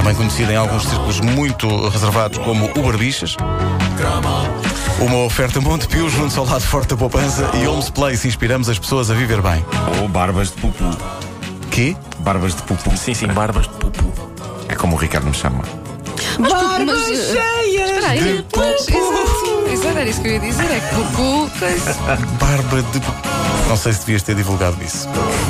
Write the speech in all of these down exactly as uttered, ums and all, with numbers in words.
também conhecida em alguns círculos muito reservados como o Barbichas. Uma oferta Montepio junto ao lado forte da poupança e Homes Place. Inspiramos as pessoas a viver bem. Ou barbas de pupu. Quê? Barbas de pupu. Sim, sim, barbas de pupu. É como o Ricardo me chama. Mas, Barbas mas, cheias espera aí, de pois, pupu. exato, exato, era isso que eu ia dizer, é que pupu, coisa. Barba de... Não sei se devias ter divulgado isso.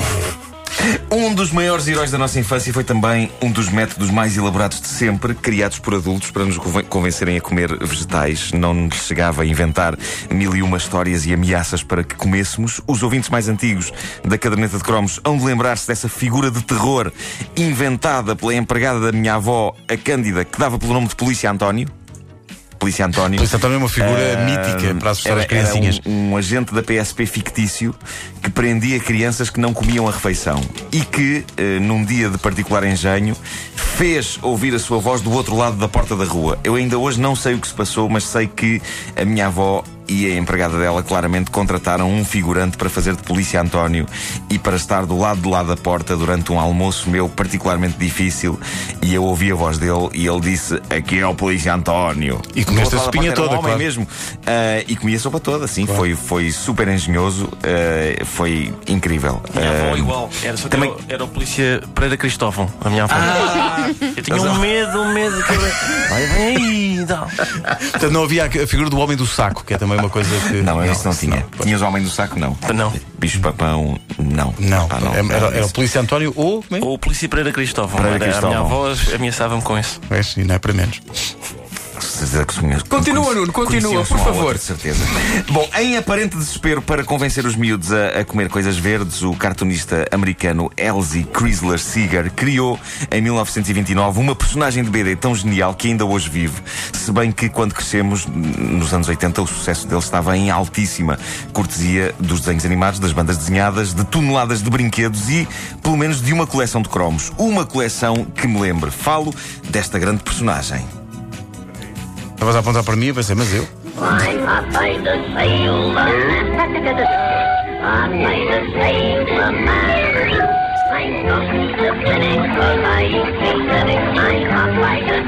Um dos maiores heróis da nossa infância foi também um dos métodos mais elaborados de sempre, criados por adultos para nos conven- convencerem a comer vegetais. Não nos chegava a inventar mil e uma histórias e ameaças para que comêssemos. Os ouvintes mais antigos da caderneta de cromos hão de lembrar-se dessa figura de terror inventada pela empregada da minha avó, a Cândida, que dava pelo nome de Polícia António. Polícia António. Polícia António é uma figura Uh, mítica para assustar era, as criancinhas. Era um, um agente da P S P fictício que prendia crianças que não comiam a refeição e que, uh, num dia de particular engenho, fez ouvir a sua voz do outro lado da porta da rua. Eu ainda hoje não sei o que se passou, mas sei que a minha avó e a empregada dela claramente contrataram um figurante para fazer de Polícia António e para estar do lado de lá da porta durante um almoço meu particularmente difícil. E eu ouvi a voz dele e ele disse: aqui é o Polícia António. E comeste Do a outro lado da sopinha porta era um toda, homem claro. mesmo. Uh, e comi a sopa toda, sim. Claro. Foi, foi super engenhoso. Uh, foi incrível. Minha avó Uh, igual. Era, só que também- era, era o polícia Pereira Cristóvão, a minha avó. Ah, Eu tinha um medo, um medo que ele. Vai, vem aí, não. Portanto, não havia a figura do homem do saco, que é também uma coisa que... não, isso não isso tinha. Tinhas o homem do saco? Não. Não. Bicho papão? Não. Não, Ah, era, era, era o Polícia António ou... Bem, Ou o polícia Pereira Cristóvão. Pereira Era- Cristóvão. A minha avó ameaçava-me com isso. Vês, e não é para menos. Continua, Nuno, continua, por favor. De certeza. Bom, em aparente desespero para convencer os miúdos a, a comer coisas verdes, o cartunista americano Elzie Chrysler Seeger criou em mil novecentos e vinte e nove uma personagem de B D tão genial que ainda hoje vive. Se bem que quando crescemos, nos anos oitenta, o sucesso dele estava em altíssima cortesia dos desenhos animados, das bandas desenhadas, de toneladas de brinquedos e, pelo menos, de uma coleção de cromos. Uma coleção que me lembre. Falo desta grande personagem. Estavas a apontar para mim e pensei, mas eu... I'm a fighter sailor. I'm a sailor man. I'm not the cynic, but I hate cynic. I'm a fighter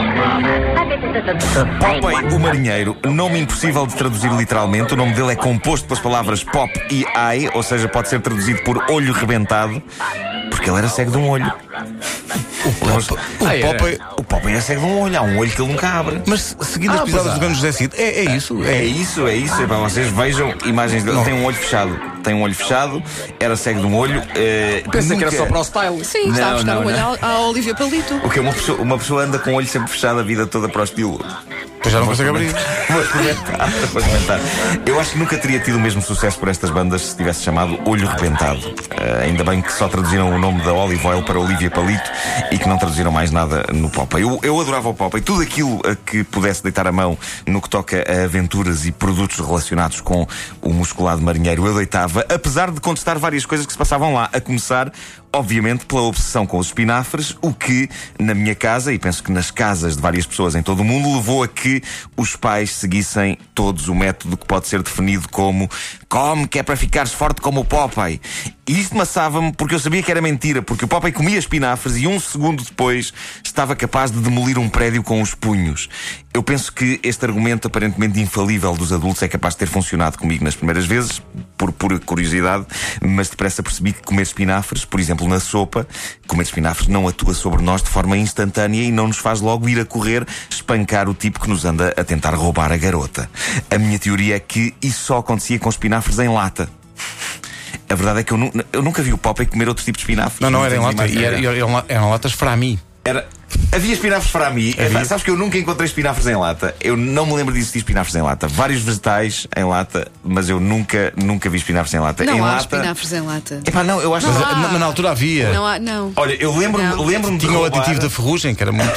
sailor. Popeye, o marinheiro, nome impossível de traduzir literalmente. O nome dele é composto pelas palavras pop e eye, ou seja, pode ser traduzido por olho rebentado, porque ele era cego de um olho. O Popeye... O Ah, era? Popeye... O Popeye é cego de um olho, há um olho que ele nunca abre. Mas seguindo as Ah, pisadas pois do grande José Cid, é, é isso? É É, isso, é isso. É para vocês vejam imagens dele. Não. Tem um olho fechado. Tem um olho fechado, era cego de um olho. eh, Pensei que era nunca- só para o style. Sim, Não, está a buscar não, o olho não. à à Olivia Palito. O que uma pessoa, uma pessoa anda com o olho sempre fechado a vida toda para o estilo. Pois já não consegue abrir. Vou experimentar, vou experimentar. Eu acho que nunca teria tido o mesmo sucesso por estas bandas se tivesse chamado Olho Rebentado. Uh, ainda bem que só traduziram o nome da Olive Oil para Olivia Palito e que não traduziram mais nada no Popeye. Eu, eu adorava o Popeye. Tudo aquilo a que pudesse deitar a mão no que toca a aventuras e produtos relacionados com o musculado marinheiro, eu deitava, apesar de contestar várias coisas que se passavam lá, a começar, obviamente, pela obsessão com os espinafres, o que, na minha casa, e penso que nas casas de várias pessoas em todo o mundo, levou a que os pais seguissem todos o método que pode ser definido como come, que é para ficares forte como o Popeye. E isto maçava-me porque eu sabia que era mentira, porque o Popeye comia espinafres e um segundo depois estava capaz de demolir um prédio com os punhos. Eu penso que este argumento aparentemente infalível dos adultos é capaz de ter funcionado comigo nas primeiras vezes, por pura curiosidade, mas depressa percebi que comer espinafres, por exemplo, na sopa, comer espinafres não atua sobre nós de forma instantânea e não nos faz logo ir a correr espancar o tipo que nos anda a tentar roubar a garota. A minha teoria é que isso só acontecia com espinafres em lata. A verdade é que eu, nu eu nunca vi o Popeye comer outro tipo de espinafres. Não, não, era em tenho lata. mais E era, ideia. eram, eram latas para mim. Era... Havia espinafres para mim. Havia. Sabes que eu nunca encontrei espinafres em lata. Eu não me lembro de existir espinafres em lata. Vários vegetais em lata, mas eu nunca, nunca vi espinafres em lata. Não em há lata... espinafres em lata. Epá, não, eu acho Não que... há. Na, mas na altura havia. Não há, não. Olha, eu lembro-me Não. lembro de Tinha o roubar... aditivo da ferrugem, que era muito.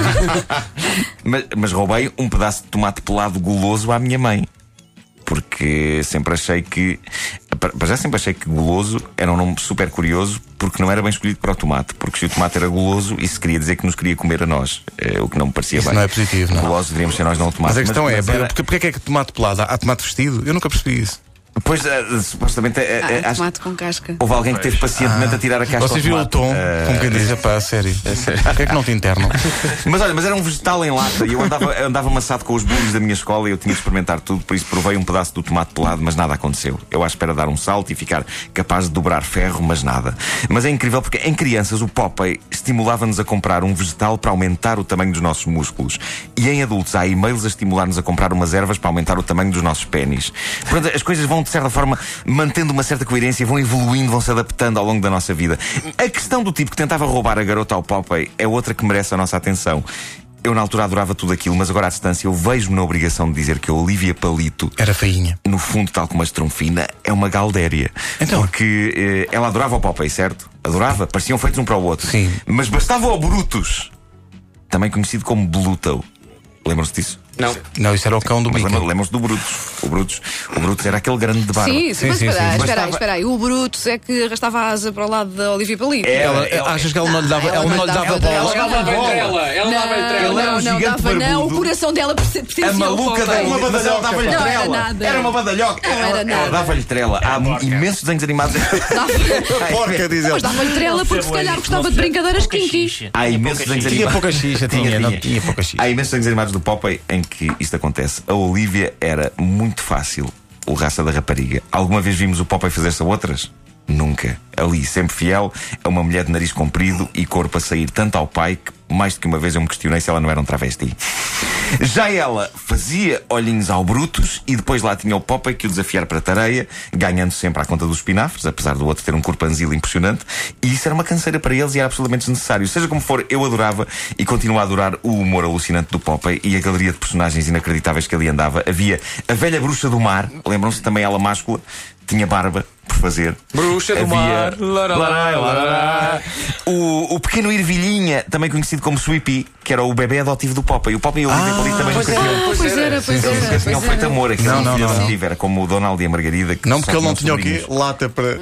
mas, mas roubei um pedaço de tomate pelado guloso à minha mãe. Porque sempre achei que... Para já sempre achei que guloso era um nome super curioso, porque não era bem escolhido para o tomate. Porque se o tomate era guloso, isso queria dizer que nos queria comer a nós. É, o que não me parecia Isso bem. não é positivo, não. Gulosos deveríamos ser nós, não o tomate. Mas a questão é, mas era- porque, porque é que é que tomate pelado? Há tomate vestido? Eu nunca percebi isso. Pois, uh, supostamente. Uh, Ah, acho tomate com casca. houve alguém que teve pacientemente Ah. a tirar a casca. Vocês ao viram o tomate. tom? Uh, Como quem diz, é pá, a sério. Porquê é que não te internam? Mas olha, mas era um vegetal em lata e eu andava, andava amassado com os bullies da minha escola e eu tinha de experimentar tudo, por isso provei um pedaço do tomate pelado, mas nada aconteceu. Eu à espera de dar um salto e ficar capaz de dobrar ferro, mas nada. Mas é incrível porque em crianças o Popeye estimulava-nos a comprar um vegetal para aumentar o tamanho dos nossos músculos. E em adultos há e-mails a estimular-nos a comprar umas ervas para aumentar o tamanho dos nossos pénis. Portanto, as coisas vão de certa forma mantendo uma certa coerência, vão evoluindo, vão se adaptando ao longo da nossa vida. A questão do tipo que tentava roubar a garota ao Popeye é outra que merece a nossa atenção. Eu na altura adorava tudo aquilo, mas agora à distância eu vejo-me na obrigação de dizer que a Olivia Palito, Era feinha. no fundo, tal como a Estrunfina, é uma galdéria. Então? Porque eh, ela adorava o Popeye, certo? Adorava, pareciam feitos um para o outro. Sim. Mas bastava o Brutus, também conhecido como Bluto. Lembram-se disso? Não. Não, isso era o cão do Mas Mickey. lembram- lembram-se do Brutus. O Brutus. O Brutus era aquele grande de barba. Sim, sim, Sim, mas sim, espera aí, sim. espera aí, Bastava- espera aí. O Brutus é que arrastava a asa para o lado da Olivia Palito. Ela- Ela, achas que ela não lhe dava, ela ela não não lhe dava dava- bola? ela Ela dava entrela. Ela dava Não, entrela. Ele era um não, não gigante dava, não. barbudo. O coração dela perce- pertencia A ao maluca Popeye. dava uma badalhoca, dava-lhe Não era trela. nada. Era uma badalhoca. Não era Ela- ela nada. dava-lhe trela. Há imensos desenhos animados. Porca, diz Mas ele. dava-lhe trela porque se calhar gostava de brincadeiras kinky. Há imensos desenhos Tinha animados. pouca xixa, tinha, não tinha pouca xixa. Há imensos desenhos animados do Popeye em que isto acontece. A Olivia era muito fácil o raça da rapariga. Alguma vez vimos o Popeye fazer-se a outras? Nunca. Ali, sempre fiel, a uma mulher de nariz comprido e corpo a sair tanto ao pai que mais do que uma vez eu me questionei se ela não era um travesti. Já ela fazia olhinhos ao Brutus e depois lá tinha o Popeye que o desafiar para a tareia, ganhando sempre à conta dos espinafres, apesar do outro ter um corpanzil impressionante, e isso era uma canseira para eles e era absolutamente desnecessário. Seja como for, eu adorava e continuo a adorar o humor alucinante do Popeye e a galeria de personagens inacreditáveis que ali andava. Havia a velha bruxa do mar, lembram-se também ela máscula, tinha barba por fazer. Bruxa do Havia- mar. Lará, lará, lará. O, o pequeno Ervilhinha, também conhecido como Sweepy, que era o bebê adotivo do Popeye. O Popeye e o Olivia Palito também nunca tinham. Ah, pois era, pois Eles nunca era. tinham pois feito era. amor. Aquele Não, não, filho não, não. adotivo era como o Donald e a Margarida. Que Não, só porque ele não tinham tinha o quê? sobrinhos. Lata para.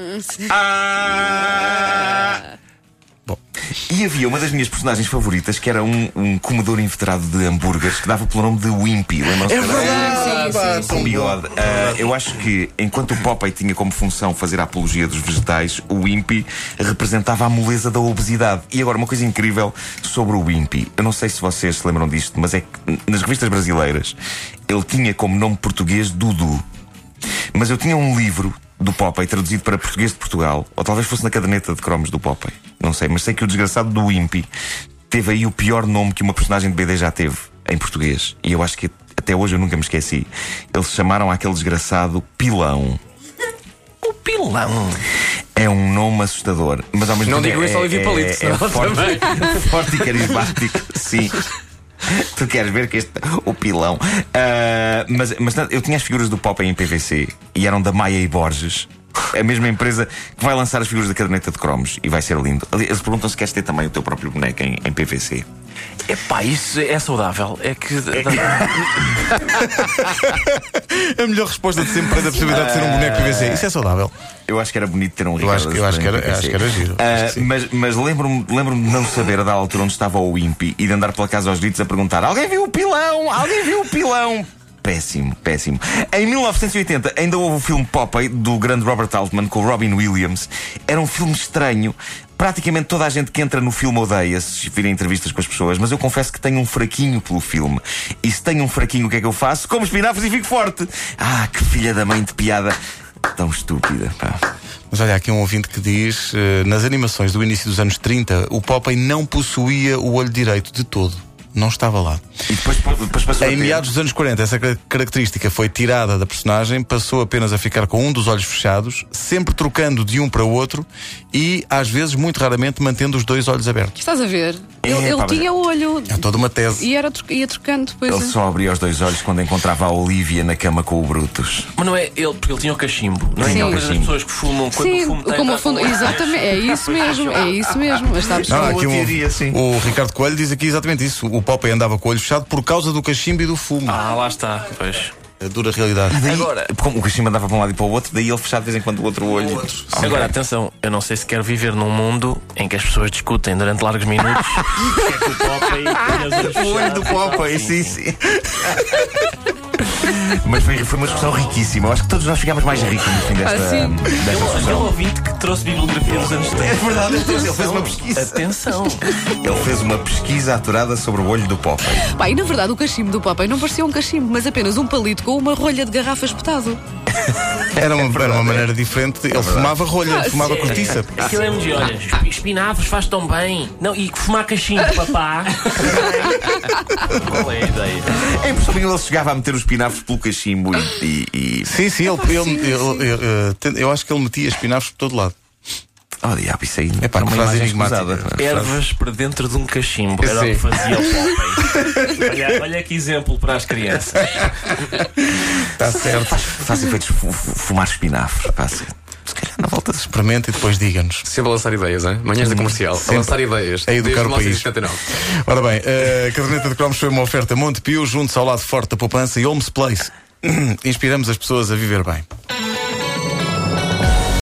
Ah! Bom. E havia uma das minhas personagens favoritas que era um, um comedor inveterado de hambúrgueres que dava pelo nome de Wimpy. Lembram-se? É que era- Sim, sim, sim. Com bigode. Ah, eu acho que enquanto o Popeye tinha como função fazer a apologia dos vegetais, o Wimpy representava a moleza da obesidade. E agora, uma coisa incrível sobre o Wimpy. Eu não sei se vocês se lembram disto, mas é que nas revistas brasileiras ele tinha como nome português Dudu. Mas eu tinha um livro do Popeye traduzido para português de Portugal, ou talvez fosse na caderneta de cromos do Popeye. Não sei, mas sei que o desgraçado do Wimpy teve aí o pior nome que uma personagem de B D já teve em português. E eu acho que até hoje eu nunca me esqueci. Eles chamaram aquele desgraçado Pilão. O pilão. É um nome assustador, mas ao mesmo Não tempo digo isso é, ao Olivia é- Palito, é senão forte, também. forte e carismático. Sim. Tu queres ver que este. O pilão. Ah, mas, mas eu tinha as figuras do Popeye em P V C e eram da Maia e Borges. A mesma empresa que vai lançar as figuras da caderneta de cromos e vai ser lindo. Ali, eles perguntam se queres ter também o teu próprio boneco em, em P V C. Epá, isso é saudável. É que. A melhor resposta de sempre para a possibilidade de ser um boneco P V C. Isso é saudável. Eu acho que era bonito ter um Eu acho, Ricardo eu acho, que, em era, P V C. acho que era giro. Ah, Acho que sim. mas mas lembro-me lembro de não saber a da altura onde estava o Wimpy e de andar pela casa aos gritos a perguntar: alguém viu o pilão? Alguém viu o pilão? Péssimo, péssimo. Em mil novecentos e oitenta ainda houve o filme Popeye do grande Robert Altman com o Robin Williams. Era um filme estranho. Praticamente toda a gente que entra no filme odeia, se virem entrevistas com as pessoas, mas eu confesso que tenho um fraquinho pelo filme. E se tenho um fraquinho, o que é que eu faço? Como espinafres e fico forte. Ah, que filha da mãe de piada tão estúpida, pá. Mas olha, há aqui um ouvinte que diz: eh, nas animações do início dos anos trinta, o Popeye não possuía o olho direito de todo. Não estava lá. E depois, depois passou a Em ter. meados dos anos quarenta, essa car- característica foi tirada da personagem, passou apenas a ficar com um dos olhos fechados, sempre trocando de um para o outro e, às vezes, muito raramente, mantendo os dois olhos abertos. Estás a ver? Ele, É, ele pá, mas- tinha o olho É toda uma tese. e era, tro- ia trocando depois. Ele só abria os dois olhos quando encontrava a Olivia na cama com o Brutus. Mas não é ele, porque ele tinha o cachimbo. Não é Tinha o aquela coisa das cachimbo. pessoas que fumam quando Sim, o fumo tem como o entrado fundo. por lá. Exatamente, é isso mesmo, é isso mesmo. Mas sabes Não, há que aqui um- teoria, sim. o Ricardo Coelho diz aqui exatamente isso. O Popeye andava com o olho fechado por causa do cachimbo e do fumo. Ah, lá está. Pois. A dura realidade. Daí, Agora- como o cachimbo andava para um lado e para o outro, daí ele fechava de vez em quando o outro olho. Ok. Agora, atenção, eu não sei se quero viver num mundo em que as pessoas discutem durante largos minutos porque é que o Popeye tinha os olhos O olho do fechados e tal. Popeye, sim, sim. Mas foi, foi uma discussão riquíssima. Eu acho que todos nós ficámos mais ricos no fim desta, Ah, sim. desta Aquele discussão. ouvinte que trouxe bibliografia dos anos setenta. É verdade, ele fez, ele fez uma pesquisa. Atenção. Ele fez uma pesquisa aturada sobre o olho do Popeye. Pá, e na verdade o cachimbo do Popeye não parecia um cachimbo, mas apenas um palito com uma rolha de garrafa espetado. Era uma, era uma maneira diferente. Ele fumava rolha, Ah, fumava sim. cortiça. Aquilo é muito de olha, esp- espinafres faz tão bem. Não, e fumar cachimbo, papá. Qual é a ideia? É impressão minha, ele chegava a meter os espinafres pelo cachimbo e. e, e... Sim, sim, ele, ele, ele- ele- ele- tem- eu acho que ele metia espinafres por todo lado. Oh, diabo, isso aí É pá, é uma que frase imagem enigmática. escusada. Ervas para dentro de um cachimbo. Era o que Sim. fazia o Popeye. Olha, olha que exemplo para as crianças. Está certo. Faz efeitos fu- fu- fumar espinafres. Pá, se se calhar na volta de. Experimente e depois diga-nos. Sempre a lançar ideias, hein? Manhãs da comercial. A lançar ideias. A educar Desde o país. mil novecentos e setenta e nove. Ora bem, a caderneta de cromos foi uma oferta Montepio, junto ao lado forte da poupança e Holmes Place. Inspiramos as pessoas a viver bem.